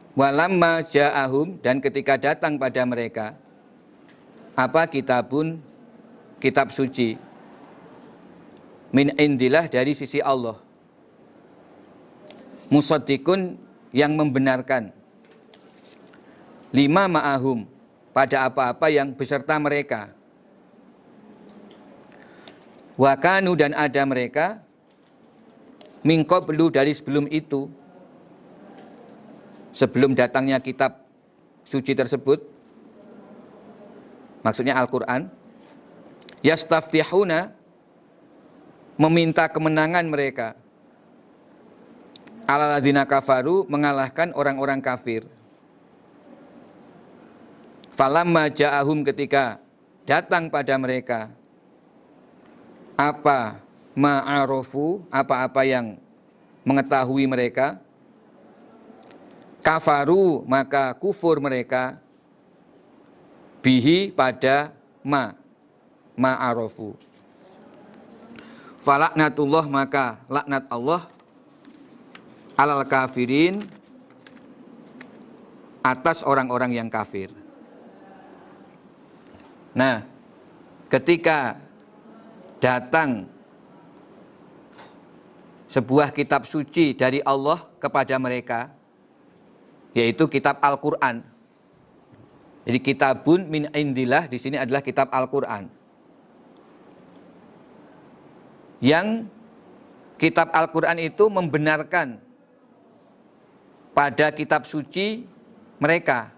Walamma ja'ahum, dan ketika datang pada mereka apa kitabun, kitab suci, min indillah, dari sisi Allah, musaddiqun, yang membenarkan, lima ma'ahum, pada apa-apa yang beserta mereka, wa kanu, dan ada mereka, min qablu, dari sebelum itu, sebelum datangnya kitab suci tersebut, maksudnya Al-Quran, yastaftihuna, meminta kemenangan mereka, ala ladzina kafaru, mengalahkan orang-orang kafir. Falamma ja'ahum, ketika datang pada mereka apa ma'arofu, apa-apa yang mengetahui mereka, kafaru, maka kufur mereka, bihi, pada ma'arofu. Falaknatullah, maka laknat Allah, alal kafirin, atas orang-orang yang kafir. Nah, ketika datang sebuah kitab suci dari Allah kepada mereka, yaitu kitab Al-Quran. Jadi kitabun min indillah di sini adalah kitab Al-Quran. Yang kitab Al-Quran itu membenarkan pada kitab suci mereka.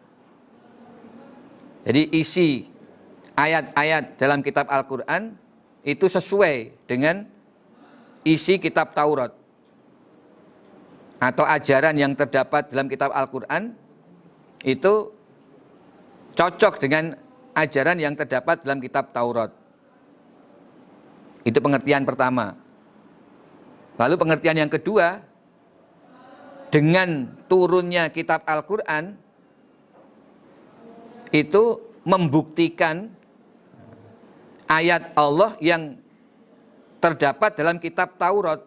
Jadi isi ayat-ayat dalam kitab Al-Quran itu sesuai dengan isi kitab Taurat, atau ajaran yang terdapat dalam kitab Al-Quran itu cocok dengan ajaran yang terdapat dalam kitab Taurat. Itu pengertian pertama. Lalu pengertian yang kedua, dengan turunnya kitab Al-Quran itu membuktikan ayat Allah yang terdapat dalam kitab Taurat.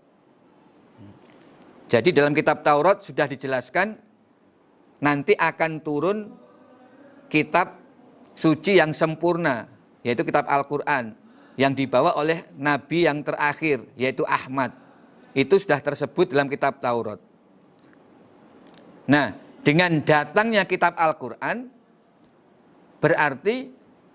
Jadi dalam kitab Taurat sudah dijelaskan nanti akan turun kitab suci yang sempurna, yaitu kitab Al-Quran, yang dibawa oleh Nabi yang terakhir, yaitu Ahmad. Itu sudah tersebut dalam kitab Taurat. Nah, dengan datangnya kitab Al-Quran, berarti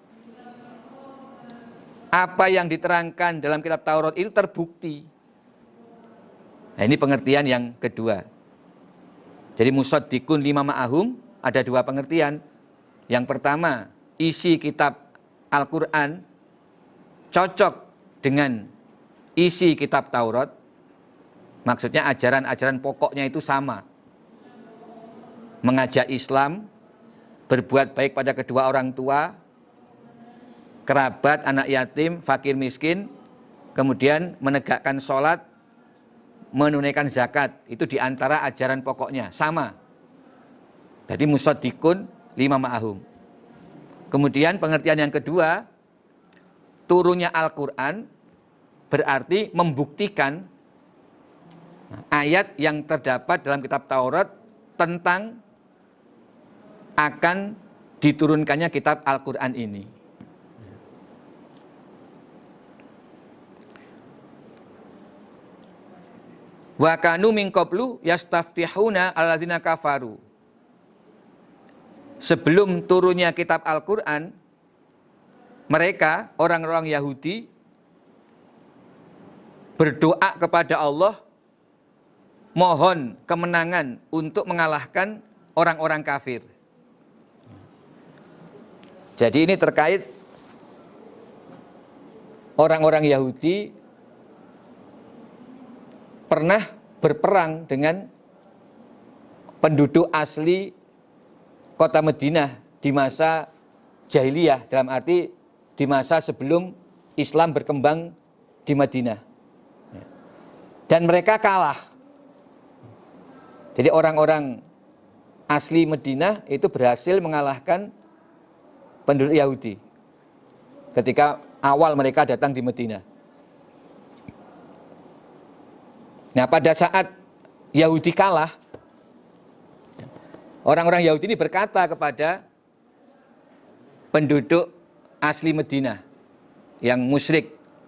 apa yang diterangkan dalam kitab Taurat itu terbukti. Nah, ini pengertian yang kedua. Jadi musaddiqun lima ma'ahum, ada dua pengertian. Yang pertama, isi kitab Al-Quran cocok dengan isi kitab Taurat. Maksudnya ajaran-ajaran pokoknya itu sama. Mengajak Islam, berbuat baik pada kedua orang tua, kerabat, anak yatim, fakir miskin, kemudian menegakkan sholat, menunaikan zakat. Itu diantara ajaran pokoknya, sama. Jadi musaddiqun lima ma'ahum. Kemudian pengertian yang kedua, turunnya Al-Quran berarti membuktikan ayat yang terdapat dalam kitab Taurat tentang akan diturunkannya kitab Al-Quran ini. Wa kanu min qablu yastaftihuna alladzina kafaru. Sebelum turunnya kitab Al-Quran, mereka, orang-orang Yahudi, berdoa kepada Allah, mohon kemenangan untuk mengalahkan orang-orang kafir. Jadi ini terkait orang-orang Yahudi pernah berperang dengan penduduk asli kota Madinah di masa jahiliyah, dalam arti di masa sebelum Islam berkembang di Madinah. Dan mereka kalah. Jadi orang-orang asli Madinah itu berhasil mengalahkan penduduk Yahudi ketika awal mereka datang di Madinah. Nah, pada saat Yahudi kalah, Orang-orang Yahudi ini berkata kepada penduduk asli Madinah yang musyrik.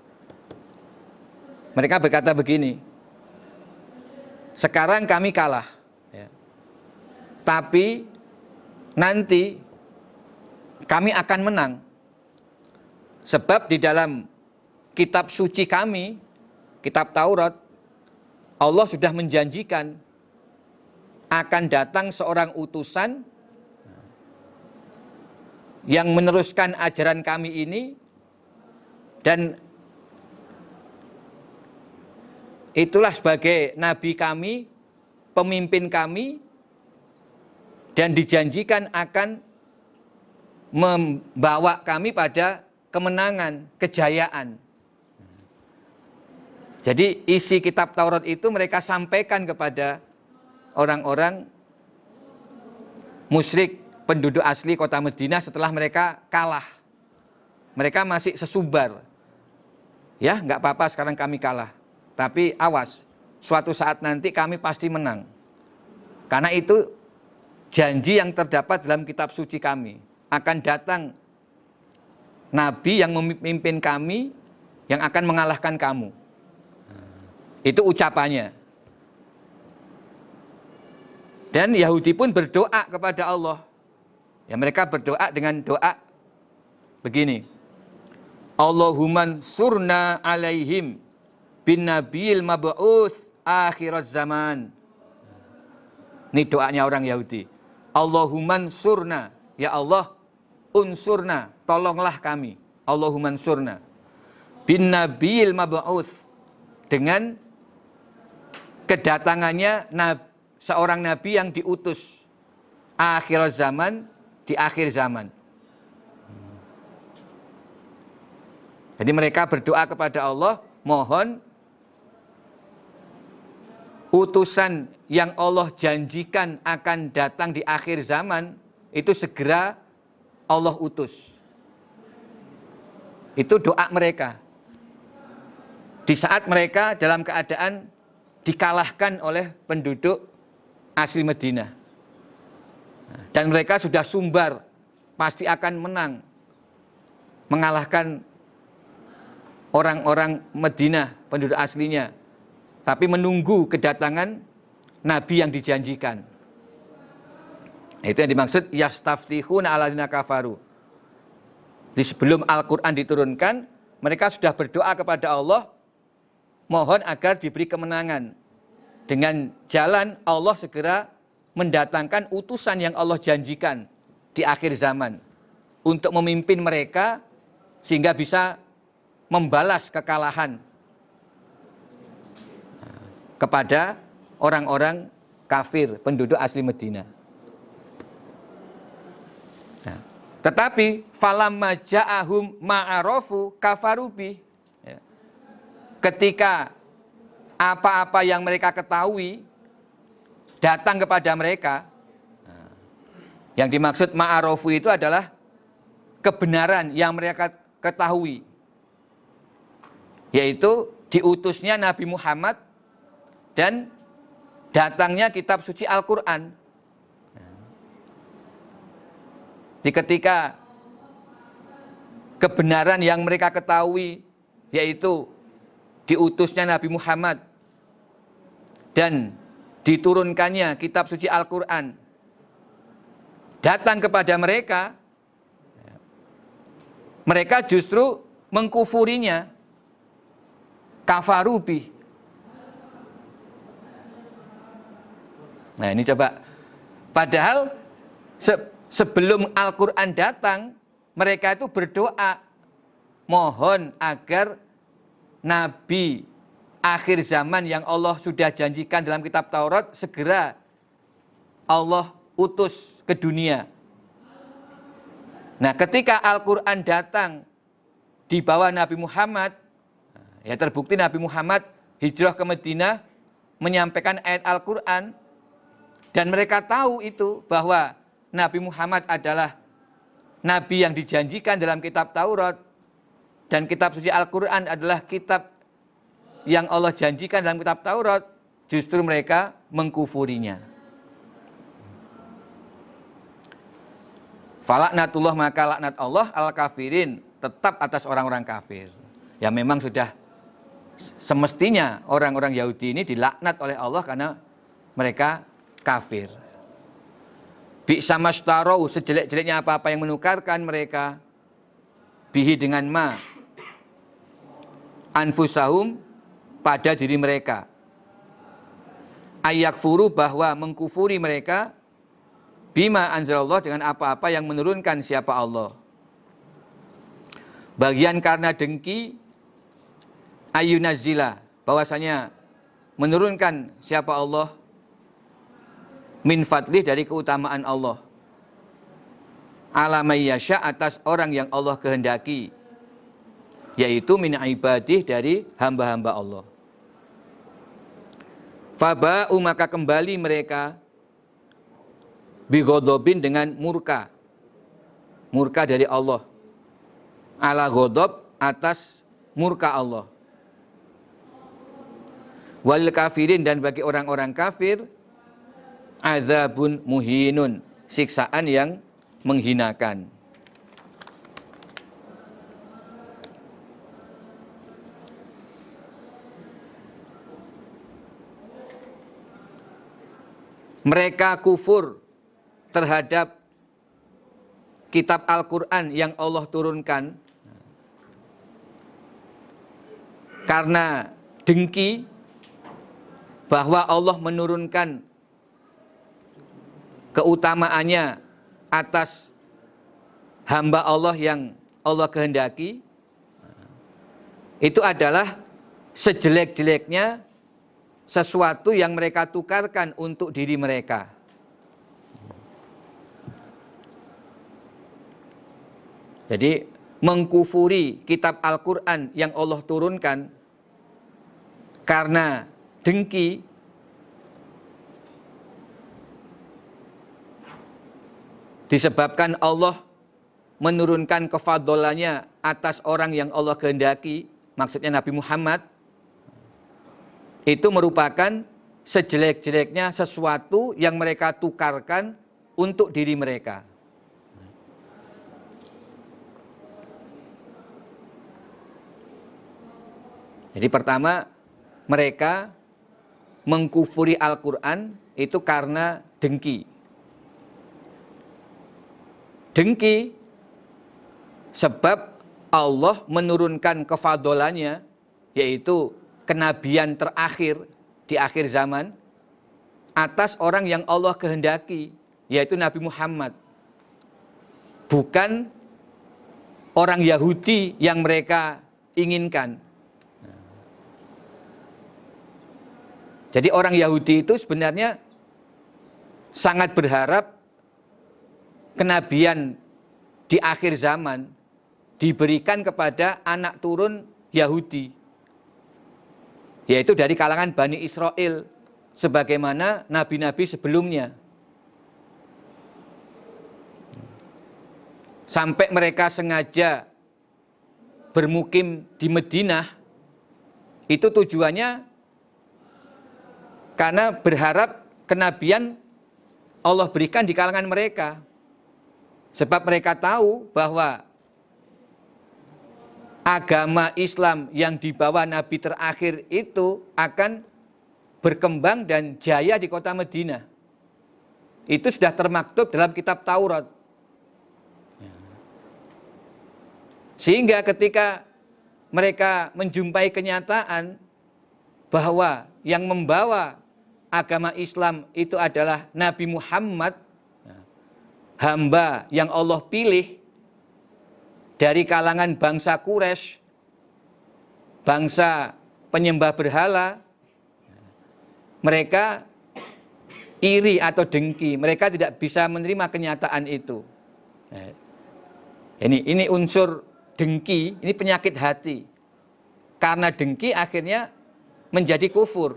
Mereka berkata begini, sekarang kami kalah, ya, tapi nanti kami akan menang. Sebab di dalam kitab suci kami, kitab Taurat, Allah sudah menjanjikan akan datang seorang utusan yang meneruskan ajaran kami ini, dan itulah sebagai nabi kami, pemimpin kami, dan dijanjikan akan membawa kami pada kemenangan, kejayaan. Jadi isi kitab Taurat itu mereka sampaikan kepada orang-orang musyrik penduduk asli kota Madinah setelah mereka kalah. Mereka masih sesumbar. Ya, nggak apa-apa sekarang kami kalah. Tapi awas, suatu saat nanti kami pasti menang. Karena itu janji yang terdapat dalam kitab suci kami. Akan datang nabi yang memimpin kami yang akan mengalahkan kamu. Itu ucapannya. Dan Yahudi pun berdoa kepada Allah. Ya, mereka berdoa dengan doa begini. Allahumman surna alaihim bin nabil mab'uts akhirat zaman. Ini doanya orang Yahudi. Allahumman surna, ya Allah, unsurna, tolonglah kami. Allahumman surna bin nabil mab'uts, dengan kedatangannya seorang nabi yang diutus akhir zaman, di akhir zaman. Jadi mereka berdoa kepada Allah, mohon utusan yang Allah janjikan akan datang di akhir zaman itu segera Allah utus. Itu doa mereka di saat mereka dalam keadaan dikalahkan oleh penduduk asli Madinah. Dan mereka sudah sumbar, pasti akan menang, mengalahkan orang-orang Madinah, penduduk aslinya. Tapi menunggu kedatangan Nabi yang dijanjikan. Itu yang dimaksud yastaftihuna aladzina kafaru. Di sebelum Al-Quran diturunkan, mereka sudah berdoa kepada Allah, mohon agar diberi kemenangan. Dengan jalan Allah segera mendatangkan utusan yang Allah janjikan di akhir zaman untuk memimpin mereka sehingga bisa membalas kekalahan kepada orang-orang kafir penduduk asli Madinah. Nah, tetapi falamma ja'ahum ma'arofu kafarubi, ya, ketika apa-apa yang mereka ketahui datang kepada mereka, yang dimaksud ma'arofu itu adalah kebenaran yang mereka ketahui, yaitu diutusnya Nabi Muhammad dan datangnya kitab suci Al-Quran. Ketika kebenaran yang mereka ketahui, yaitu diutusnya Nabi Muhammad dan diturunkannya kitab suci Al-Quran datang kepada mereka, mereka justru mengkufurinya, kafarubi. Nah ini coba, padahal sebelum Al-Quran datang, mereka itu berdoa, mohon agar Nabi akhir zaman yang Allah sudah janjikan dalam kitab Taurat segera Allah utus ke dunia. Nah ketika Al-Quran datang di bawah Nabi Muhammad, ya terbukti Nabi Muhammad hijrah ke Madinah menyampaikan ayat Al-Quran, dan mereka tahu itu bahwa Nabi Muhammad adalah Nabi yang dijanjikan dalam kitab Taurat, dan kitab suci Al-Quran adalah kitab yang Allah janjikan dalam kitab Taurat, justru mereka mengkufurinya. Falaknatullah, maka laknat Allah al kafirin, tetap atas orang-orang kafir. Ya memang sudah semestinya orang-orang Yahudi ini dilaknat oleh Allah karena mereka kafir. Bi'sa mastarau, sejelek-jeleknya apa-apa yang menukarkan mereka, bihi dengan ma, anfusahum, pada diri mereka. Ayakfuru, bahwa mengkufuri mereka, bima anzalallah, dengan apa-apa yang menurunkan siapa Allah. Bagian karena dengki, ayunazila, bahwasanya menurunkan siapa Allah, min fadlih, dari keutamaan Allah, ala mayyasha, atas orang yang Allah kehendaki, yaitu min ibadih, dari hamba-hamba Allah. Faba'u, maka kembali mereka, bigodobin, dengan murka, murka dari Allah, ala godob, atas murka Allah. Walil kafirin, dan bagi orang-orang kafir, azabun muhinun, siksaan yang menghinakan. Mereka kufur terhadap kitab Al-Quran yang Allah turunkan karena dengki bahwa Allah menurunkan keutamaannya atas hamba Allah yang Allah kehendaki. Itu adalah sejelek-jeleknya sesuatu yang mereka tukarkan untuk diri mereka. Jadi mengkufuri kitab Al-Quran yang Allah turunkan karena dengki, disebabkan Allah menurunkan kefadolannya atas orang yang Allah kehendaki, maksudnya Nabi Muhammad, itu merupakan sejelek-jeleknya sesuatu yang mereka tukarkan untuk diri mereka. Jadi pertama, mereka mengkufuri Al-Quran itu karena dengki. Dengki sebab Allah menurunkan kefadolannya, yaitu kenabian terakhir di akhir zaman, atas orang yang Allah kehendaki, yaitu Nabi Muhammad. Bukan orang Yahudi yang mereka inginkan. Jadi orang Yahudi itu sebenarnya sangat berharap kenabian di akhir zaman diberikan kepada anak turun Yahudi, yaitu dari kalangan Bani Israel, sebagaimana nabi-nabi sebelumnya. Sampai mereka sengaja bermukim di Madinah, itu tujuannya karena berharap kenabian Allah berikan di kalangan mereka. Sebab mereka tahu bahwa agama Islam yang dibawa Nabi terakhir itu akan berkembang dan jaya di kota Madinah. Itu sudah termaktub dalam kitab Taurat. Sehingga ketika mereka menjumpai kenyataan bahwa yang membawa agama Islam itu adalah Nabi Muhammad, hamba yang Allah pilih dari kalangan bangsa Quraisy, bangsa penyembah berhala, mereka iri atau dengki, mereka tidak bisa menerima kenyataan itu. Ini unsur dengki, ini penyakit hati. Karena dengki akhirnya menjadi kufur.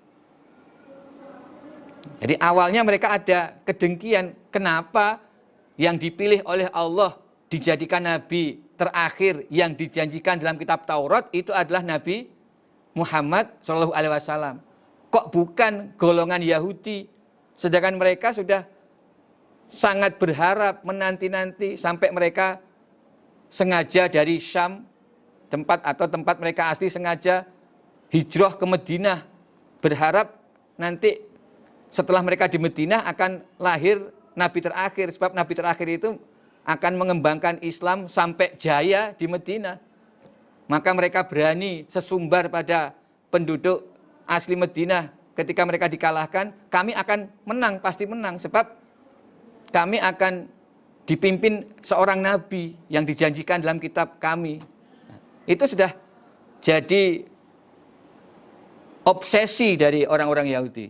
Jadi awalnya mereka ada kedengkian, kenapa yang dipilih oleh Allah dijadikan nabi terakhir yang dijanjikan dalam kitab Taurat itu adalah Nabi Muhammad SAW. Kok bukan golongan Yahudi? Sedangkan mereka sudah sangat berharap menanti-nanti sampai mereka sengaja dari Syam, tempat mereka asli, sengaja hijrah ke Madinah, berharap nanti setelah mereka di Madinah akan lahir Nabi terakhir, sebab Nabi terakhir itu akan mengembangkan Islam sampai jaya di Madinah. Maka mereka berani sesumbar pada penduduk asli Madinah. Ketika mereka dikalahkan, kami akan menang, pasti menang, sebab kami akan dipimpin seorang nabi yang dijanjikan dalam kitab kami. Itu sudah jadi obsesi dari orang-orang Yahudi.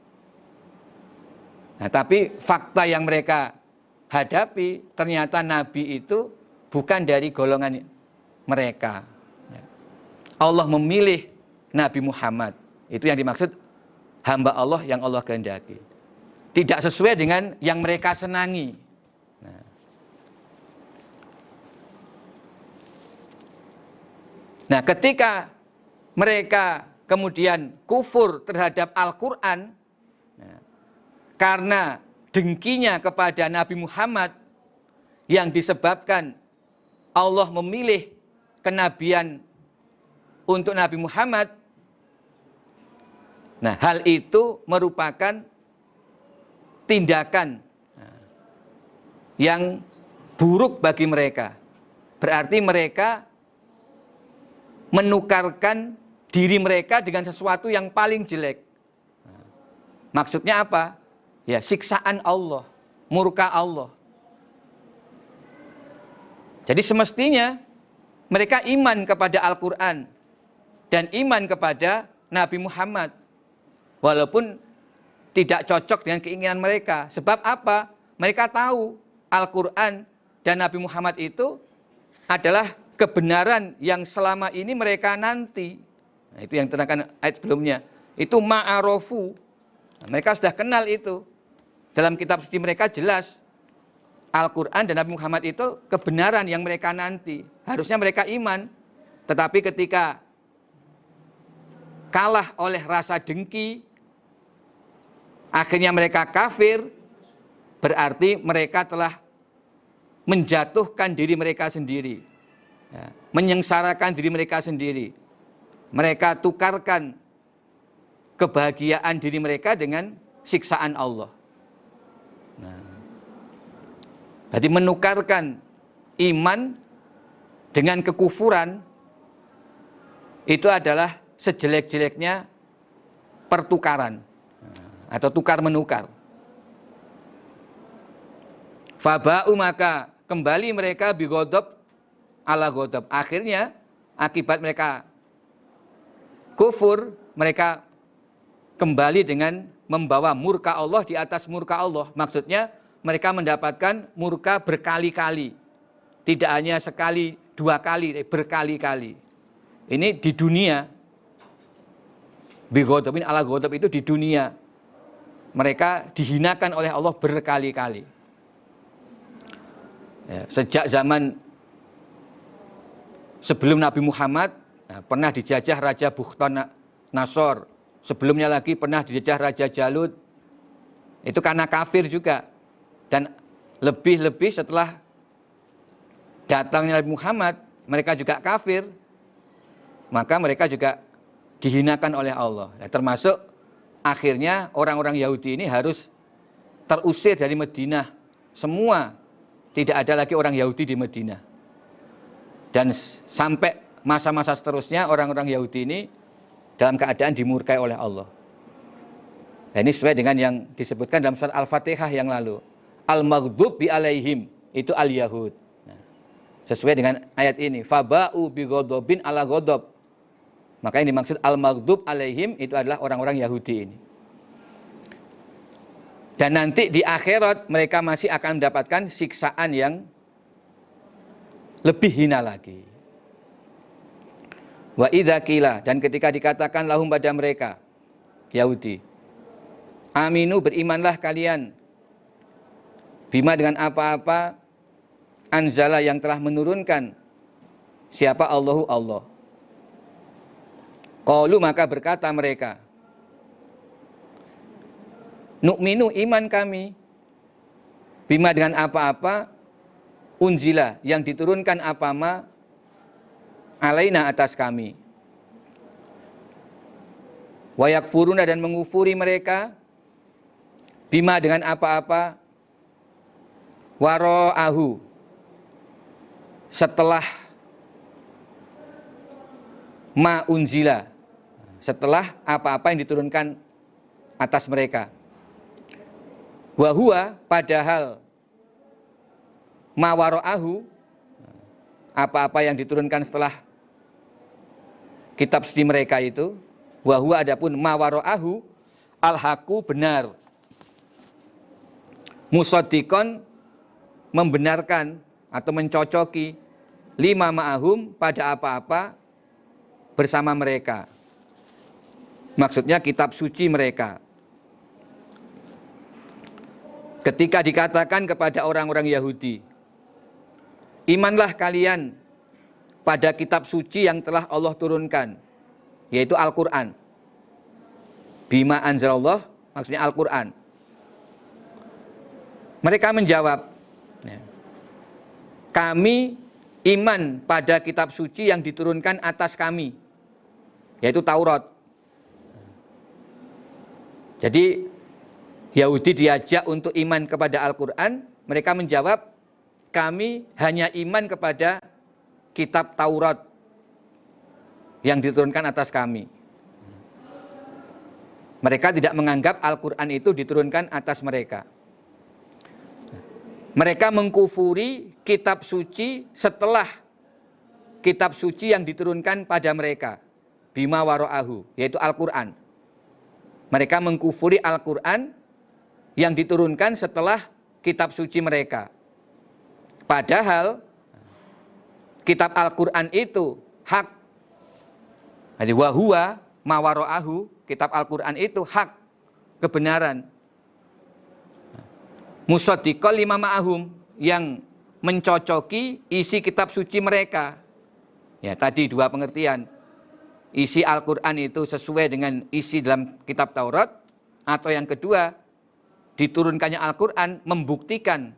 Nah, tapi fakta yang mereka hadapi, ternyata nabi itu bukan dari golongan mereka. Allah memilih Nabi Muhammad. Itu yang dimaksud hamba Allah yang Allah kehendaki. Tidak sesuai dengan yang mereka senangi. Nah, ketika mereka kemudian kufur terhadap Al-Quran, karena dengkinya kepada Nabi Muhammad yang disebabkan Allah memilih kenabian untuk Nabi Muhammad, nah hal itu merupakan tindakan yang buruk bagi mereka. Berarti mereka menukarkan diri mereka dengan sesuatu yang paling jelek. Maksudnya apa? Ya, siksaan Allah, murka Allah. Jadi semestinya mereka iman kepada Al-Quran dan iman kepada Nabi Muhammad, walaupun tidak cocok dengan keinginan mereka. Sebab apa? Mereka tahu Al-Quran dan Nabi Muhammad itu adalah kebenaran yang selama ini mereka nanti. Nah, itu yang diterangkan ayat sebelumnya. Itu ma'arofu. Nah, mereka sudah kenal itu. Dalam kitab suci mereka jelas Al-Quran dan Nabi Muhammad itu kebenaran yang mereka nanti. Harusnya mereka iman. Tetapi ketika kalah oleh rasa dengki, akhirnya mereka kafir, berarti mereka telah menjatuhkan diri mereka sendiri, ya, menyengsarakan diri mereka sendiri. Mereka tukarkan kebahagiaan diri mereka dengan siksaan Allah. Nah, jadi menukarkan iman dengan kekufuran itu adalah sejelek-jeleknya pertukaran atau tukar-menukar. Faba'u, maka kembali mereka bigodob ala godob. Akhirnya akibat mereka kufur, mereka kembali dengan membawa murka Allah di atas murka Allah. Maksudnya mereka mendapatkan murka berkali-kali. Tidak hanya sekali, dua kali, berkali-kali. Ini di dunia. Bigodobin ala godob itu di dunia. Mereka dihinakan oleh Allah berkali-kali. Ya, sejak zaman sebelum Nabi Muhammad, pernah dijajah Raja Bukhtan Nasor. Sebelumnya lagi pernah dijajah Raja Jalut. Itu karena kafir juga. Dan lebih-lebih setelah datangnya Nabi Muhammad, mereka juga kafir. Maka mereka juga dihinakan oleh Allah. Nah, termasuk akhirnya orang-orang Yahudi ini harus terusir dari Madinah. Semua, tidak ada lagi orang Yahudi di Madinah. Dan sampai masa-masa seterusnya orang-orang Yahudi ini dalam keadaan dimurkai oleh Allah. Nah, ini sesuai dengan yang disebutkan dalam surat Al-Fatihah yang lalu. Al-maghdub bi alaihim, itu al-Yahud. Nah, sesuai dengan ayat ini. Faba'u bi ghadabin ala ghadab. Maka yang dimaksud al-maghdub alaihim itu adalah orang-orang Yahudi ini. Dan nanti di akhirat mereka masih akan mendapatkan siksaan yang lebih hina lagi. Wa idza qila, dan ketika dikatakan lahum pada mereka Yahudi, aminu, berimanlah kalian, bima, dengan apa-apa, anzala, yang telah menurunkan siapa Allahu, Allah. Qalu, maka berkata mereka, nu'minu, iman kami, bima dengan apa-apa, unzila yang diturunkan apa-ma, alaina atas kami. Wa yakfuruna dan mengufuri mereka, bima dengan apa-apa, wara'ahu setelah ma unzila, setelah apa-apa yang diturunkan atas mereka. Wa huwa, padahal ma wara'ahu, apa-apa yang diturunkan setelah kitab suci mereka itu, wa huwa adapun ma wara'ahu, al-haqu benar, musaddiqon membenarkan atau mencocoki, lima ma'ahum pada apa-apa bersama mereka. Maksudnya kitab suci mereka. Ketika dikatakan kepada orang-orang Yahudi, imanlah kalian pada kitab suci yang telah Allah turunkan, yaitu Al-Quran. Bima anzalallah, maksudnya Al-Quran. Mereka menjawab, kami iman pada kitab suci yang diturunkan atas kami, yaitu Taurat. Jadi Yahudi diajak untuk iman kepada Al-Quran, mereka menjawab, kami hanya iman kepada kitab Taurat yang diturunkan atas kami. Mereka tidak menganggap Al-Quran itu diturunkan atas mereka. Mereka mengkufuri kitab suci setelah kitab suci yang diturunkan pada mereka, bima wara'ahu, yaitu Al-Quran. Mereka mengkufuri Al-Quran yang diturunkan setelah kitab suci mereka. Padahal kitab Al-Quran itu hak. Jadi wahuwa mawaro'ahu, kitab Al-Quran itu hak, kebenaran. Musaddiqol lima ma'ahum, yang mencocoki isi kitab suci mereka. Ya, tadi dua pengertian. Isi Al-Quran itu sesuai dengan isi dalam kitab Taurat, atau yang kedua, diturunkannya Al-Quran membuktikan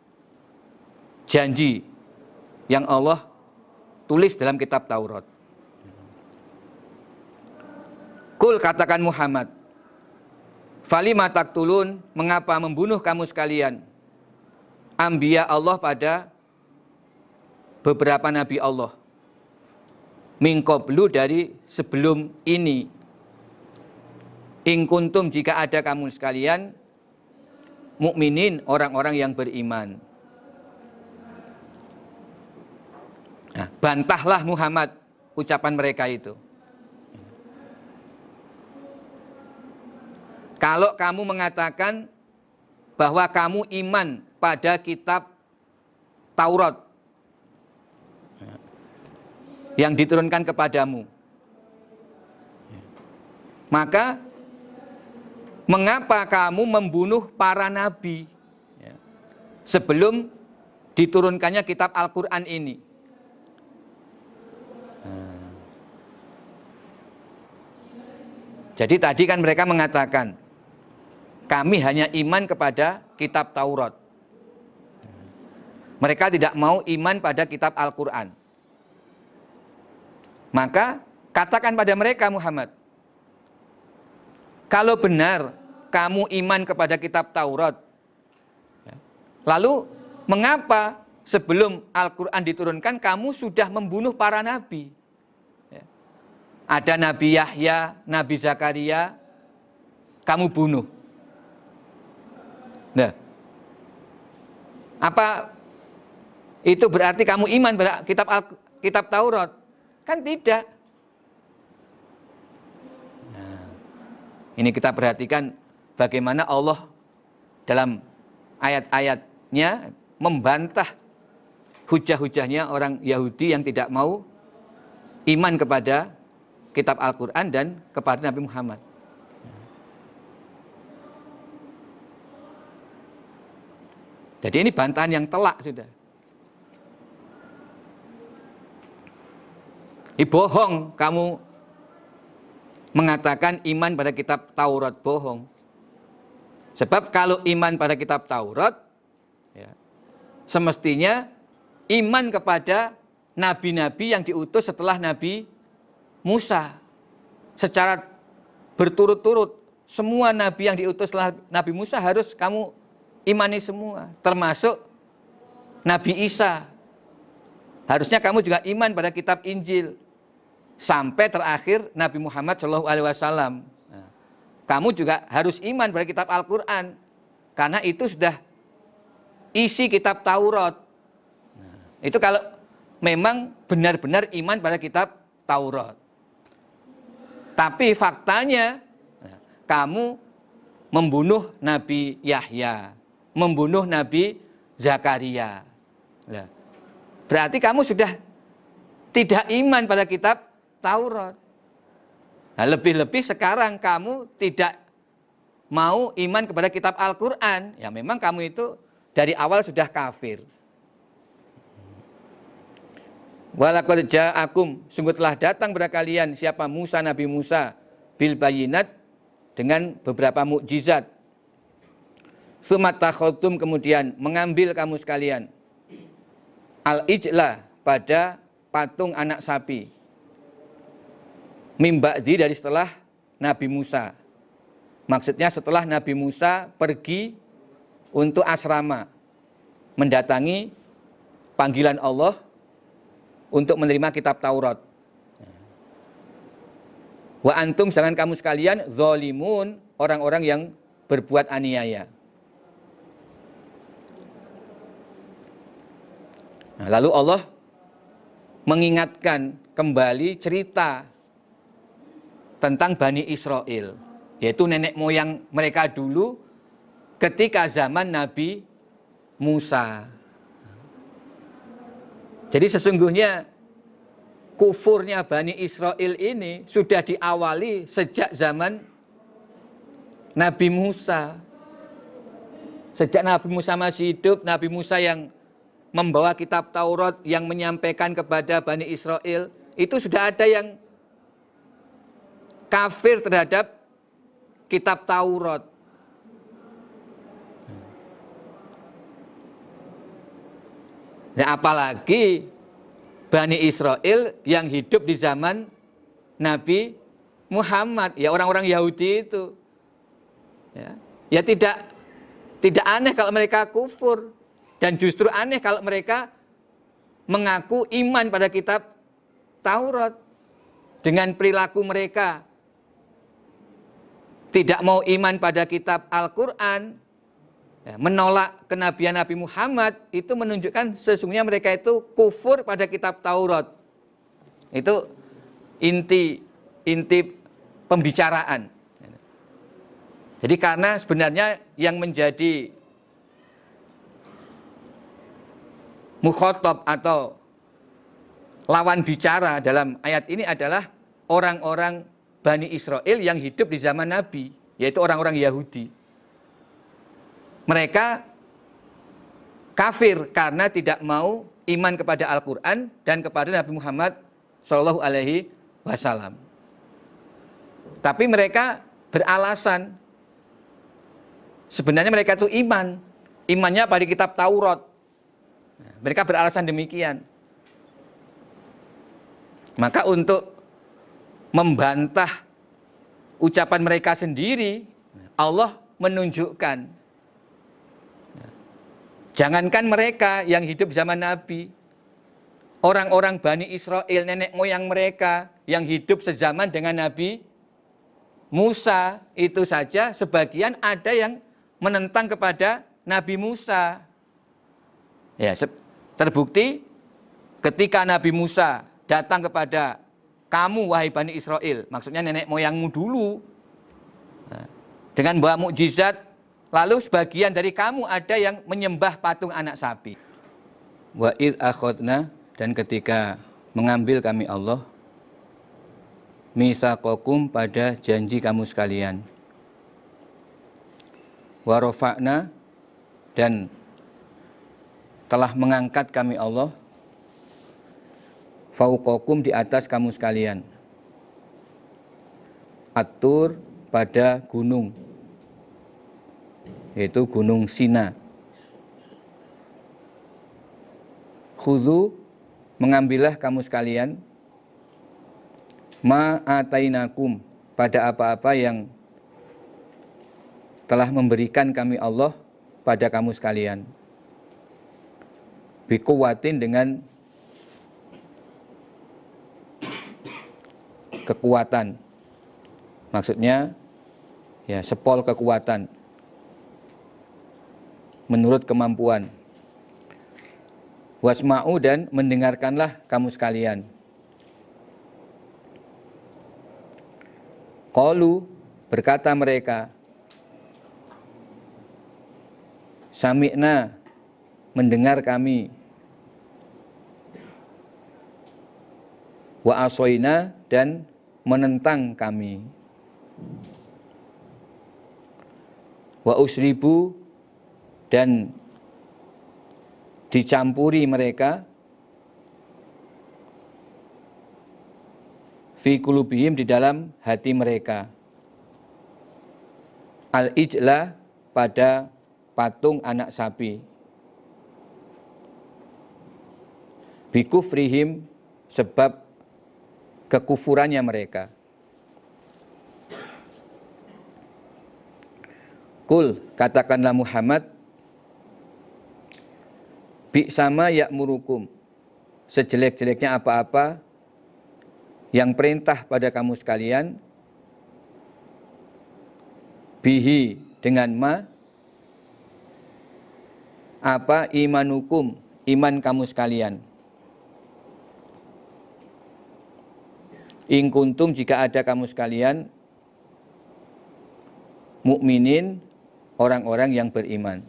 janji yang Allah tulis dalam kitab Taurat. Kul, katakan Muhammad, falima taqtulun, mengapa membunuh kamu sekalian anbiya Allah pada beberapa nabi Allah, min qablu, dari sebelum ini, in kuntum, jika ada kamu sekalian, mukminin, orang-orang yang beriman. Nah, bantahlah Muhammad ucapan mereka itu. Kalau kamu mengatakan bahwa kamu iman pada kitab Taurat yang diturunkan kepadamu, maka mengapa kamu membunuh para nabi sebelum diturunkannya kitab Al-Quran ini? Jadi tadi kan mereka mengatakan, kami hanya iman kepada kitab Taurat. Mereka tidak mau iman pada kitab Al-Quran. Maka katakan pada mereka, Muhammad, kalau benar kamu iman kepada kitab Taurat, lalu mengapa sebelum Al-Quran diturunkan kamu sudah membunuh para nabi? Ada Nabi Yahya, Nabi Zakaria, kamu bunuh. Nah, apa itu berarti kamu iman pada kitab Taurat? Kan tidak. Nah, ini kita perhatikan bagaimana Allah dalam ayat-ayatnya membantah hujah-hujahnya orang Yahudi yang tidak mau iman kepada kitab Al-Quran dan kepada Nabi Muhammad. Jadi ini bantahan yang telak sudah. Bohong kamu mengatakan iman pada kitab Taurat, bohong. Sebab kalau iman pada kitab Taurat, semestinya iman kepada nabi-nabi yang diutus setelah Nabi Musa. Secara berturut-turut, semua nabi yang diutus setelah Nabi Musa harus kamu imani semua, termasuk Nabi Isa. Harusnya kamu juga iman pada kitab Injil sampai terakhir Nabi Muhammad SAW. Nah, kamu juga harus iman pada kitab Al-Quran karena itu sudah isi kitab Taurat. Nah, itu kalau memang benar-benar iman pada kitab Taurat. Tapi faktanya kamu membunuh Nabi Yahya, membunuh Nabi Zakaria. Nah, berarti kamu sudah tidak iman pada kitab Taurat. Nah, lebih-lebih sekarang kamu tidak mau iman kepada kitab Al-Quran. Ya memang kamu itu dari awal sudah kafir. Walaqad ja'akum, sungguh telah datang kepada kalian siapa Musa, Nabi Musa, bil bayinat, dengan beberapa mukjizat. Sumattakhadtum, kemudian mengambil kamu sekalian al-ijlah, pada patung anak sapi, mimba'di, dari setelah Nabi Musa. Maksudnya setelah Nabi Musa pergi untuk asrama, mendatangi panggilan Allah untuk menerima kitab Taurat. Wa antum, sedangkan kamu sekalian zalimun, orang-orang yang berbuat aniaya. Nah, lalu Allah mengingatkan kembali cerita tentang Bani Israel, yaitu nenek moyang mereka dulu ketika zaman Nabi Musa. Jadi sesungguhnya kufurnya Bani Israel ini sudah diawali sejak zaman Nabi Musa. Sejak Nabi Musa masih hidup, Nabi Musa yang membawa kitab Taurat, yang menyampaikan kepada Bani Israel, itu sudah ada yang kafir terhadap kitab Taurat. Nah, apalagi Bani Israel yang hidup di zaman Nabi Muhammad, ya orang-orang Yahudi itu. Ya tidak aneh kalau mereka kufur, dan justru aneh kalau mereka mengaku iman pada kitab Taurat dengan perilaku mereka. Tidak mau iman pada kitab Al-Quran, menolak kenabian Nabi Muhammad, itu menunjukkan sesungguhnya mereka itu kufur pada kitab Taurat. Itu inti pembicaraan. Jadi karena sebenarnya yang menjadi mukhatab atau lawan bicara dalam ayat ini adalah orang-orang Bani Israel yang hidup di zaman Nabi, yaitu orang-orang Yahudi. Mereka kafir karena tidak mau iman kepada Al-Quran dan kepada Nabi Muhammad SAW. Tapi mereka beralasan, sebenarnya mereka itu imannya pada kitab Taurat. Mereka beralasan demikian. Maka untuk membantah ucapan mereka sendiri, Allah menunjukkan, jangankan mereka yang hidup zaman Nabi, orang-orang Bani Israel, nenek moyang mereka yang hidup sezaman dengan Nabi Musa, itu saja sebagian ada yang menentang kepada Nabi Musa. Ya, terbukti ketika Nabi Musa datang kepada kamu, wahai Bani Israel, maksudnya nenek moyangmu dulu, dengan bawa mukjizat, lalu sebagian dari kamu ada yang menyembah patung anak sapi. Wa id akhadna, dan ketika mengambil kami Allah, mitsaqakum, pada janji kamu sekalian. Wa rafa'na, dan telah mengangkat kami Allah, fauqakum, di atas kamu sekalian, At-Tur, pada gunung, yaitu gunung Sina. khudzu, mengambillah kamu sekalian, ma atainakum, pada apa-apa yang telah memberikan kami Allah pada kamu sekalian, biquwatin, dengan kekuatan, maksudnya ya sepol kekuatan menurut kemampuan. Wasma'u, dan mendengarkanlah kamu sekalian. Qalu, berkata mereka, sami'na, mendengar kami, wa asoina, dan menentang kami. Wa usribu, dan dicampuri mereka, fi qulubihim, di dalam hati mereka, al-ijla, pada patung anak sapi, bikufrihim, sebab kekufurannya mereka. Kul, katakanlah Muhammad, bi sama ya'murukum, sejelek-jeleknya apa-apa yang perintah pada kamu sekalian, bihi, dengan ma, apa, imanukum, iman kamu sekalian, in kuntum, jika ada kamu sekalian, mukminin, orang-orang yang beriman.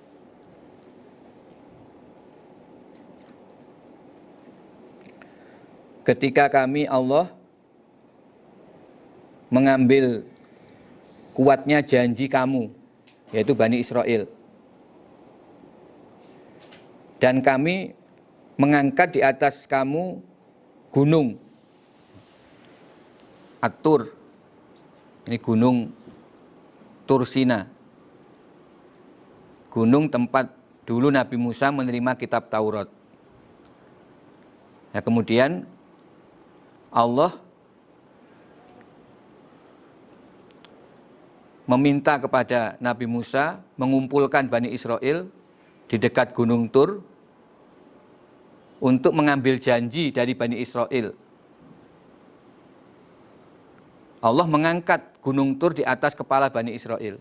Ketika kami, Allah, mengambil kuatnya janji kamu, yaitu Bani Israel, dan kami mengangkat di atas kamu gunung At-Tur, ini gunung Tursina, gunung tempat dulu Nabi Musa menerima kitab Taurat. Nah, kemudian Allah meminta kepada Nabi Musa mengumpulkan Bani Israel di dekat Gunung Tur untuk mengambil janji dari Bani Israel. Allah mengangkat Gunung Tur di atas kepala Bani Israel.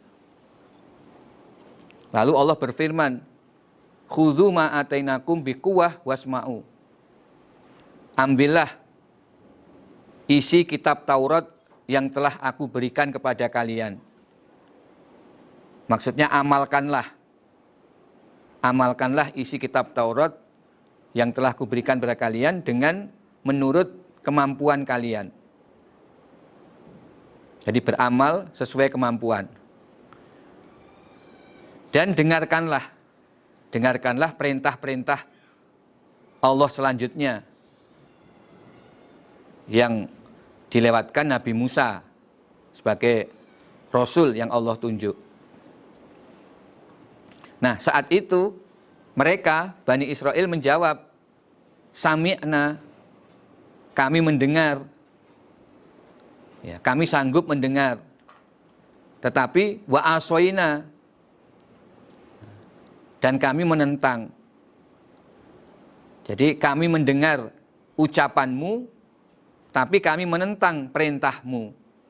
Lalu Allah berfirman, khudzu ma atainakum biquwwah wasma'u, ambillah isi kitab Taurat yang telah aku berikan kepada kalian. Maksudnya amalkanlah isi kitab Taurat yang telah aku berikan kepada kalian dengan menurut kemampuan kalian. Jadi beramal sesuai kemampuan. Dan dengarkanlah perintah-perintah Allah selanjutnya yang dilewatkan Nabi Musa sebagai Rasul yang Allah tunjuk. Nah, saat itu mereka, Bani Israel, menjawab, sami'na, kami mendengar, ya, kami sanggup mendengar, tetapi wa asoina, dan kami menentang. Jadi kami mendengar ucapanmu, tapi kami menentang perintahmu.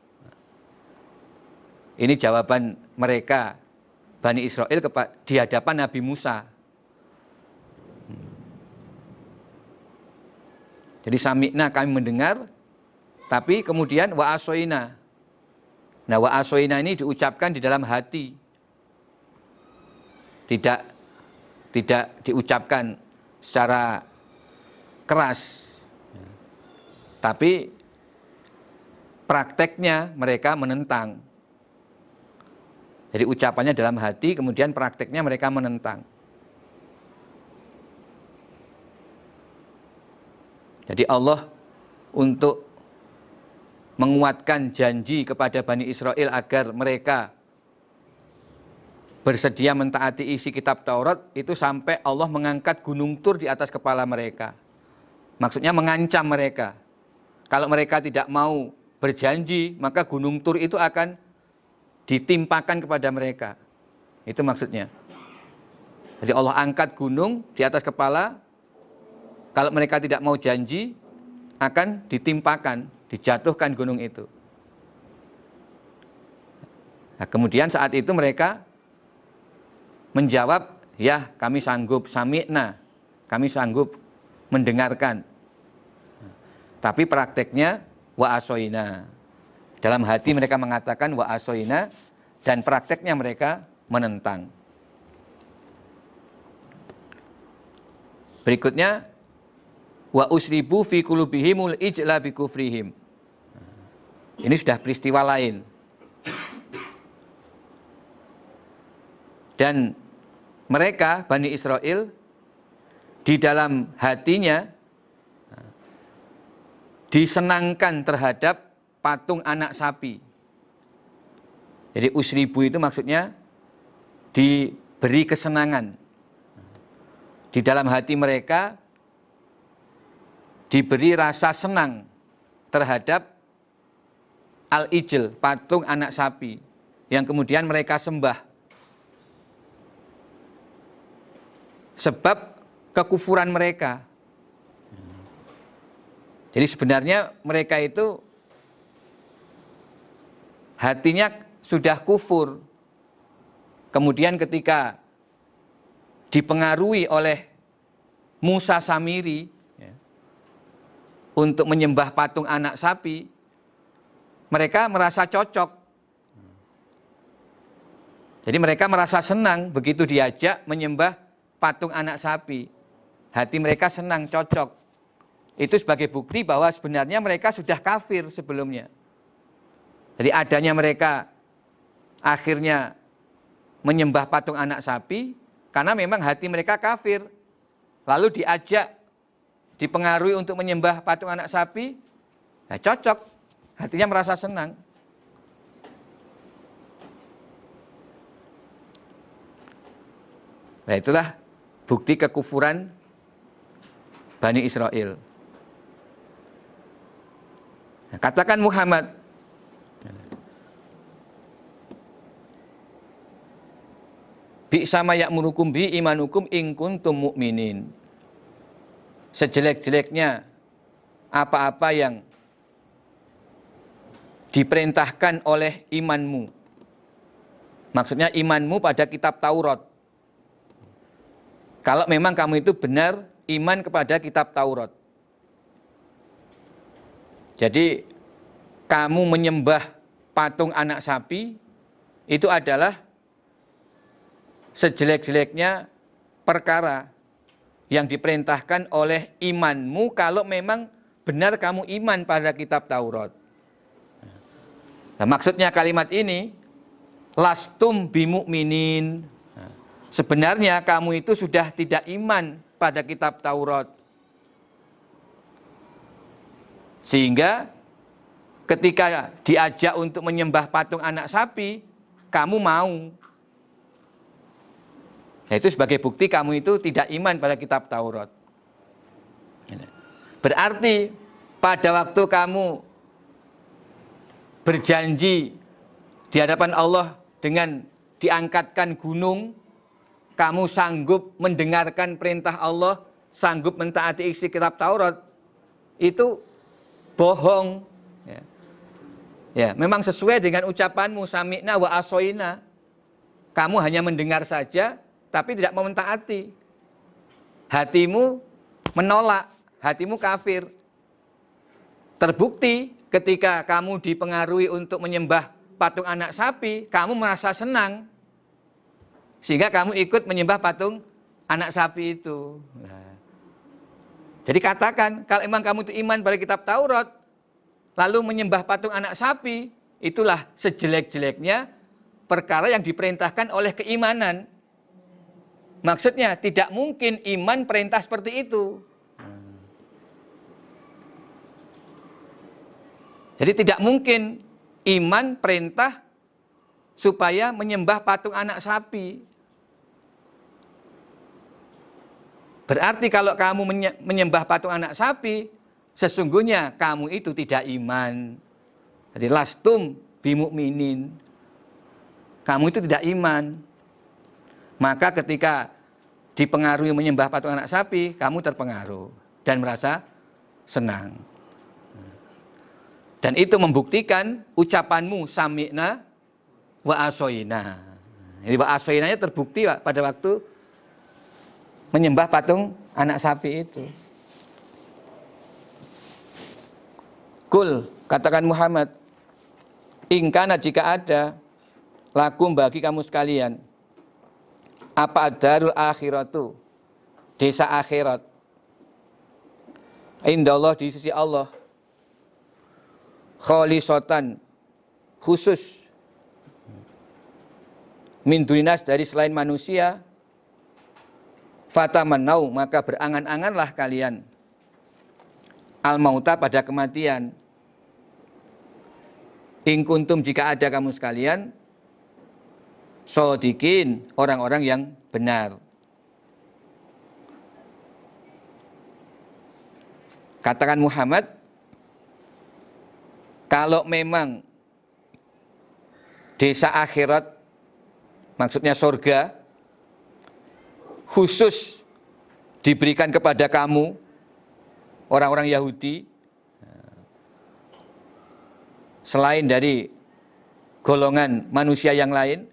Ini jawaban mereka, Bani Israel, di hadapan Nabi Musa. Jadi sami'na, kami mendengar, tapi kemudian wa asoina. Nah, wa asoina ini diucapkan di dalam hati. Tidak diucapkan secara keras. Tapi prakteknya mereka menentang. Jadi ucapannya dalam hati, kemudian prakteknya mereka menentang. Jadi Allah untuk menguatkan janji kepada Bani Israel agar mereka bersedia mentaati isi kitab Taurat itu sampai Allah mengangkat gunung Tur di atas kepala mereka. Maksudnya mengancam mereka. Kalau mereka tidak mau berjanji, maka gunung Tur itu akan ditimpakan kepada mereka. Itu maksudnya. Jadi Allah angkat gunung di atas kepala. Kalau mereka tidak mau janji, akan ditimpakan, dijatuhkan gunung itu. Nah, kemudian saat itu mereka menjawab, ya kami sanggup, sami'na, kami sanggup mendengarkan. Tapi prakteknya wa asoina. Dalam hati mereka mengatakan wa asoina, dan prakteknya mereka menentang. Berikutnya wa usribu fi qulubihimul ijla bi kufrihim. Ini sudah peristiwa lain. Dan mereka, Bani Israel, di dalam hatinya disenangkan terhadap patung anak sapi. Jadi usribu itu maksudnya diberi kesenangan. Di dalam hati mereka diberi rasa senang terhadap al-ijl, patung anak sapi, yang kemudian mereka sembah. Sebab kekufuran mereka. Jadi sebenarnya mereka itu hatinya sudah kufur. Kemudian ketika dipengaruhi oleh Musa Samiri untuk menyembah patung anak sapi, mereka merasa cocok. Jadi mereka merasa senang begitu diajak menyembah patung anak sapi. Hati mereka senang, cocok. Itu sebagai bukti bahwa sebenarnya mereka sudah kafir sebelumnya. Jadi adanya mereka akhirnya menyembah patung anak sapi karena memang hati mereka kafir. Lalu diajak, dipengaruhi untuk menyembah patung anak sapi, ya cocok. Hatinya merasa senang. Nah itulah bukti kekufuran Bani Israel. Nah, katakan Muhammad, bi'sa ma ya'murukum bi imanukum in kuntum mu'minin. Sejelek-jeleknya apa-apa yang diperintahkan oleh imanmu. Maksudnya imanmu pada kitab Taurat. Kalau memang kamu itu benar iman kepada kitab Taurat. Jadi kamu menyembah patung anak sapi itu adalah sejelek-jeleknya perkara yang diperintahkan oleh imanmu kalau memang benar kamu iman pada kitab Taurat. Nah, maksudnya kalimat ini lastum bimu'minin. Sebenarnya kamu itu sudah tidak iman pada kitab Taurat. Sehingga ketika diajak untuk menyembah patung anak sapi, kamu mau. Nah, itu sebagai bukti kamu itu tidak iman pada kitab Taurat. Berarti pada waktu kamu berjanji di hadapan Allah dengan diangkatkan gunung, kamu sanggup mendengarkan perintah Allah, sanggup mentaati isi kitab Taurat, itu bohong. Ya, memang sesuai dengan ucapanmu sami'na wa asoina. Kamu hanya mendengar saja, tapi tidak mau mentaati. Hatimu menolak, hatimu kafir. Terbukti ketika kamu dipengaruhi untuk menyembah patung anak sapi, kamu merasa senang. Sehingga kamu ikut menyembah patung anak sapi itu. Nah, jadi katakan, kalau emang kamu itu iman pada kitab Taurat, lalu menyembah patung anak sapi, itulah sejelek-jeleknya perkara yang diperintahkan oleh keimanan. Maksudnya tidak mungkin iman perintah seperti itu. Jadi tidak mungkin iman perintah supaya menyembah patung anak sapi. Berarti kalau kamu menyembah patung anak sapi, sesungguhnya kamu itu tidak iman. Jadi lastum bimu'minin. Kamu itu tidak iman. Maka ketika dipengaruhi menyembah patung anak sapi, kamu terpengaruh dan merasa senang. Dan itu membuktikan ucapanmu sami'na wa asoina. Jadi wa asoinanya terbukti Pak, pada waktu menyembah patung anak sapi itu. Kul, katakan Muhammad, ingkana jika ada lakum bagi kamu sekalian, apa darul akhiratu, desa akhirat, indallah di sisi Allah, kholisotan, khusus, min duninas dari selain manusia, fatamannau maka berangan-anganlah kalian al-mauta pada kematian. In kuntum jika ada kamu sekalian shodikin orang-orang yang benar. Katakan Muhammad, kalau memang desa akhirat maksudnya surga khusus diberikan kepada kamu orang-orang Yahudi selain dari golongan manusia yang lain,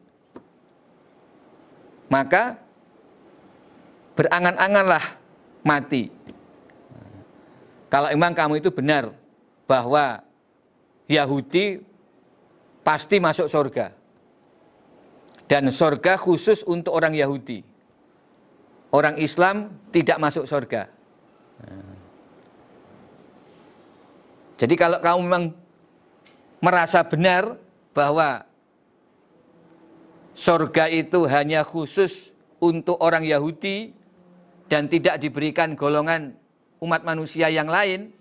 maka berangan-anganlah mati. Kalau memang kamu itu benar bahwa Yahudi pasti masuk surga dan surga khusus untuk orang Yahudi, orang Islam tidak masuk surga. Jadi kalau kamu memang merasa benar bahwa surga itu hanya khusus untuk orang Yahudi dan tidak diberikan golongan umat manusia yang lain,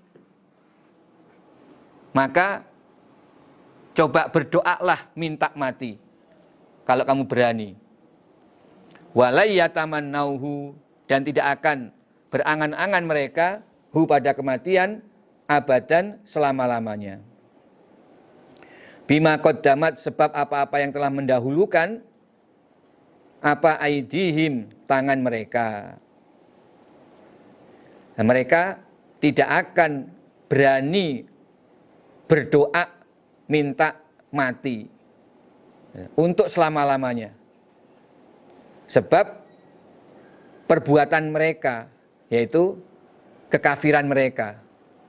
maka coba berdoalah minta mati kalau kamu berani. Walayatamannauhu, dan tidak akan berangan-angan mereka hu pada kematian abadan selama-lamanya. Bima qaddamat, sebab apa-apa yang telah mendahulukan apa aidihim, tangan mereka. Nah, mereka tidak akan berani berdoa minta mati untuk selama-lamanya. Sebab perbuatan mereka, yaitu kekafiran mereka.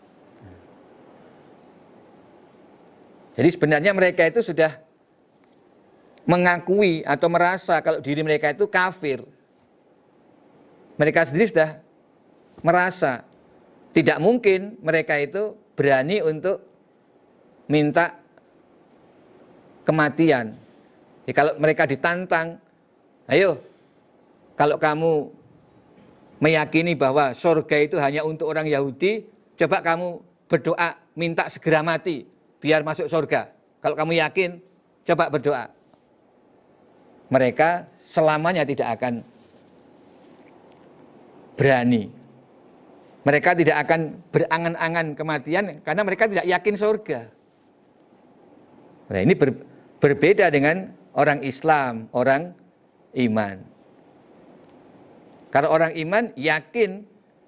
Jadi sebenarnya mereka itu sudah mengakui atau merasa kalau diri mereka itu kafir. Mereka sendiri sudah merasa tidak mungkin mereka itu berani untuk minta kematian. Jadi kalau mereka ditantang, ayo kalau kamu meyakini bahwa surga itu hanya untuk orang Yahudi, coba kamu berdoa minta segera mati biar masuk surga. Kalau kamu yakin, coba berdoa. Mereka selamanya tidak akan berani. Mereka tidak akan berangan-angan kematian karena mereka tidak yakin surga. Nah, ini berbeda dengan orang Islam, orang iman. Kalau orang iman yakin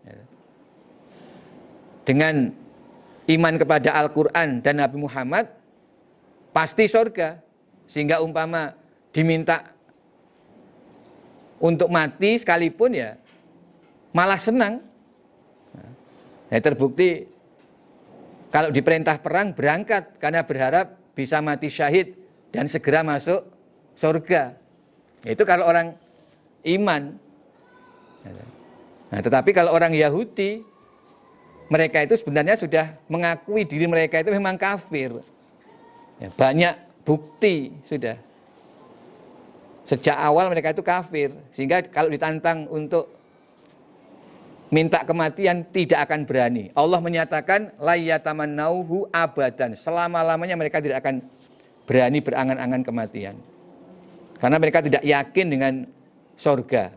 dengan iman kepada Al-Quran dan Nabi Muhammad, pasti surga. Sehingga umpama diminta untuk mati sekalipun ya malah senang. Nah, terbukti kalau diperintah perang berangkat karena berharap bisa mati syahid dan segera masuk surga. Itu kalau orang iman. Nah, tetapi kalau orang Yahudi, mereka itu sebenarnya sudah mengakui diri mereka itu memang kafir. Ya, banyak bukti sudah. Sejak awal mereka itu kafir. Sehingga kalau ditantang untuk minta kematian tidak akan berani. Allah menyatakan la yatamannauhu abadan. Selama-lamanya mereka tidak akan berani berangan-angan kematian. Karena mereka tidak yakin dengan surga.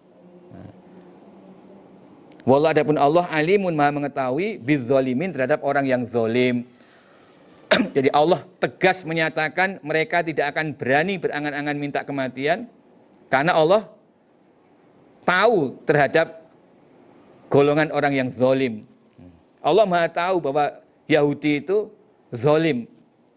Wallahu adapun Allah alimun maha mengetahui bizzalimin terhadap orang yang zalim. Jadi Allah tegas menyatakan mereka tidak akan berani berangan-angan minta kematian karena Allah tahu terhadap golongan orang yang zalim. Allah maha tahu bahwa Yahudi itu zalim.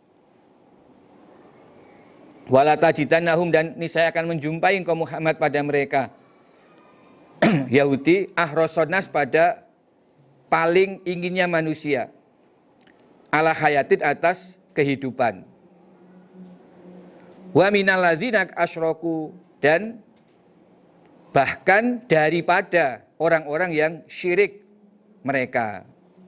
Wala tajidannahum, dan niscaya akan menjumpai engkau Muhammad pada mereka Yahudi ahrosonas pada paling inginnya manusia, ala hayatin atas kehidupan, wa minal ladzina asyraku, dan bahkan daripada orang-orang yang syirik mereka.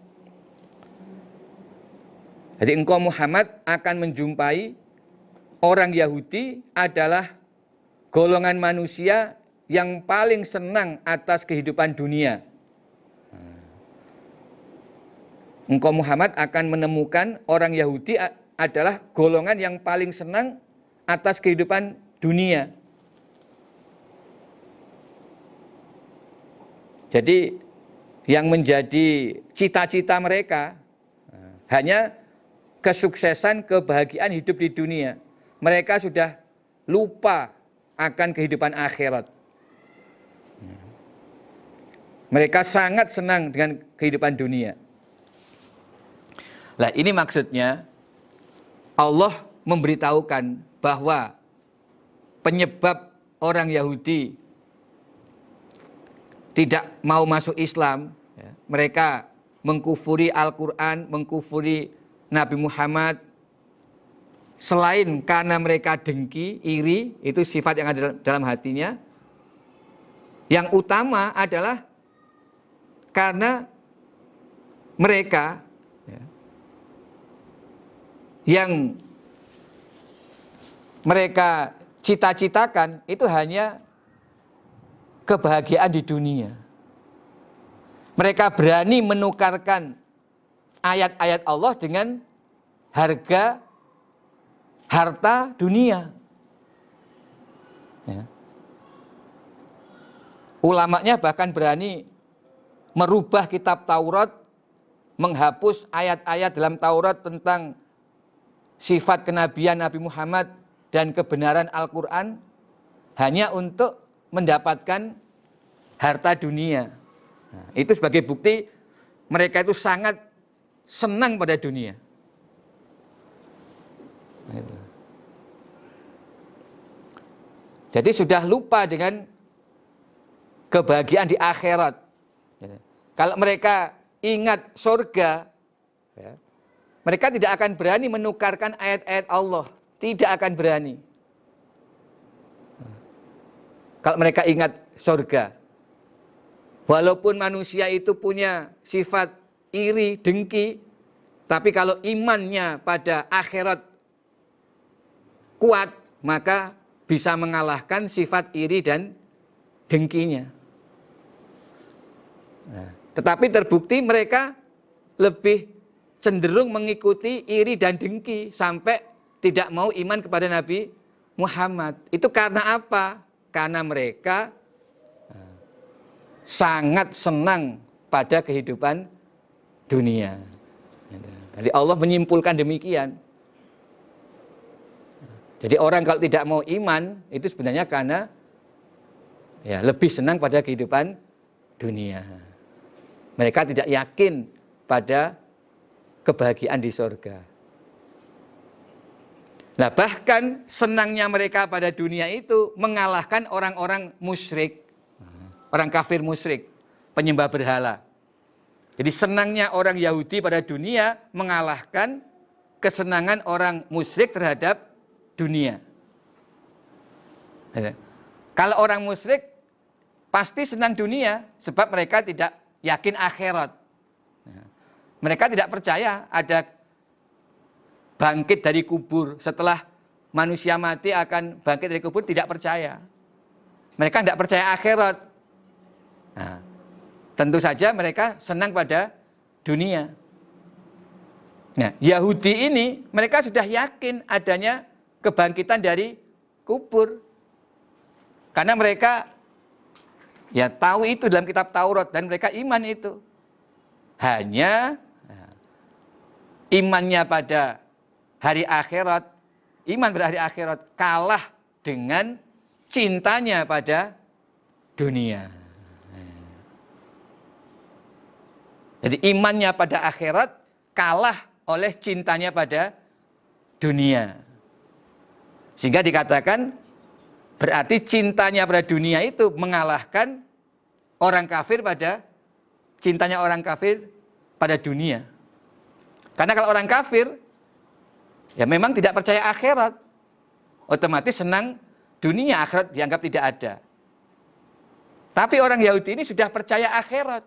Jadi engkau Muhammad akan menjumpai orang Yahudi adalah golongan manusia yang paling senang atas kehidupan dunia. Engkau Muhammad akan menemukan orang Yahudi adalah golongan yang paling senang atas kehidupan dunia. Jadi yang menjadi cita-cita mereka hanya kesuksesan, kebahagiaan hidup di dunia. Mereka sudah lupa akan kehidupan akhirat. Mereka sangat senang dengan kehidupan dunia. Nah, ini maksudnya Allah memberitahukan bahwa penyebab orang Yahudi tidak mau masuk Islam, mereka mengkufuri Al-Quran, mengkufuri Nabi Muhammad, selain karena mereka dengki, iri, itu sifat yang ada dalam hatinya. Yang utama adalah karena mereka yang mereka cita-citakan itu hanya kebahagiaan di dunia. Mereka berani menukarkan ayat-ayat Allah dengan harga harta dunia. Ulamanya bahkan berani merubah kitab Taurat, menghapus ayat-ayat dalam Taurat tentang sifat kenabian Nabi Muhammad dan kebenaran Al-Quran hanya untuk mendapatkan harta dunia. Nah, itu sebagai bukti mereka itu sangat senang pada dunia. Jadi sudah lupa dengan kebahagiaan di akhirat. Kalau mereka ingat surga, mereka tidak akan berani menukarkan ayat-ayat Allah. Tidak akan berani. Kalau mereka ingat surga. Walaupun manusia itu punya sifat iri, dengki, tapi kalau imannya pada akhirat kuat, maka bisa mengalahkan sifat iri dan dengkinya. Tetapi terbukti mereka lebih cenderung mengikuti iri dan dengki sampai tidak mau iman kepada Nabi Muhammad. Itu karena apa? Karena mereka sangat senang pada kehidupan dunia. Jadi Allah menyimpulkan demikian. Jadi orang kalau tidak mau iman itu sebenarnya karena lebih senang pada kehidupan dunia. Mereka tidak yakin pada kebahagiaan di surga. Nah, bahkan senangnya mereka pada dunia itu mengalahkan orang-orang musyrik, orang kafir musyrik, penyembah berhala. Jadi senangnya orang Yahudi pada dunia mengalahkan kesenangan orang musyrik terhadap dunia. Kalau orang musyrik pasti senang dunia sebab mereka tidak yakin akhirat. Mereka tidak percaya ada bangkit dari kubur. Setelah manusia mati akan bangkit dari kubur, tidak percaya. Mereka tidak percaya akhirat. Nah, tentu saja mereka senang pada dunia. Nah, Yahudi ini mereka sudah yakin adanya kebangkitan dari kubur. Karena mereka ya tahu itu dalam kitab Taurat dan mereka iman itu. Hanya imannya pada hari akhirat, iman pada hari akhirat kalah dengan cintanya pada dunia. Jadi imannya pada akhirat kalah oleh cintanya pada dunia. Sehingga dikatakan berarti cintanya pada dunia itu mengalahkan orang kafir pada cintanya orang kafir pada dunia. Karena kalau orang kafir ya memang tidak percaya akhirat, otomatis senang dunia, akhirat dianggap tidak ada. Tapi orang Yahudi ini sudah percaya akhirat.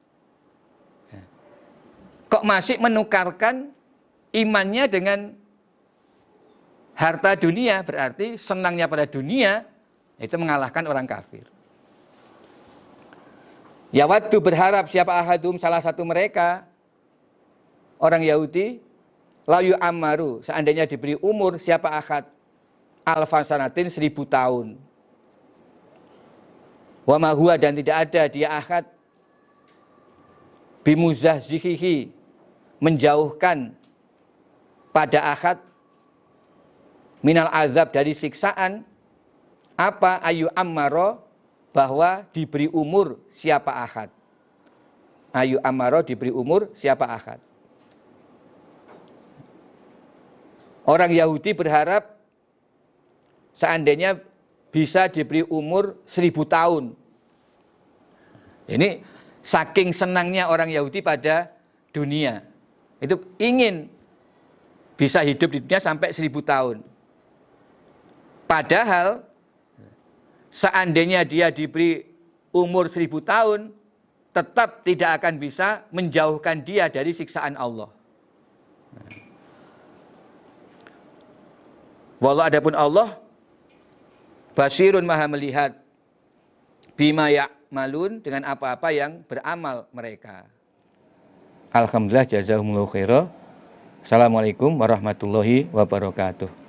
Kok masih menukarkan imannya dengan harta dunia, berarti senangnya pada dunia itu mengalahkan orang kafir. Yawaddu berharap siapa ahadum salah satu mereka orang Yahudi layu amaru seandainya diberi umur siapa ahad alfasanatin 1000 tahun. Wa ma huwa dan tidak ada dia ahad bimuzahzihihi menjauhkan pada ahad minal azab dari siksaan apa ayu ammaro bahwa diberi umur siapa ahad. Ayu ammaro diberi umur siapa ahad. Orang Yahudi berharap seandainya bisa diberi umur 1000 tahun. Ini saking senangnya orang Yahudi pada dunia. Itu ingin bisa hidup di dunia sampai 1000 tahun. Padahal seandainya dia diberi umur 1000 tahun, tetap tidak akan bisa menjauhkan dia dari siksaan Allah. Wallahu adapun Allah basirun maha melihat bima ya'malun dengan apa-apa yang beramal mereka. Alhamdulillah jazakumullahu khairan. Assalamualaikum warahmatullahi wabarakatuh.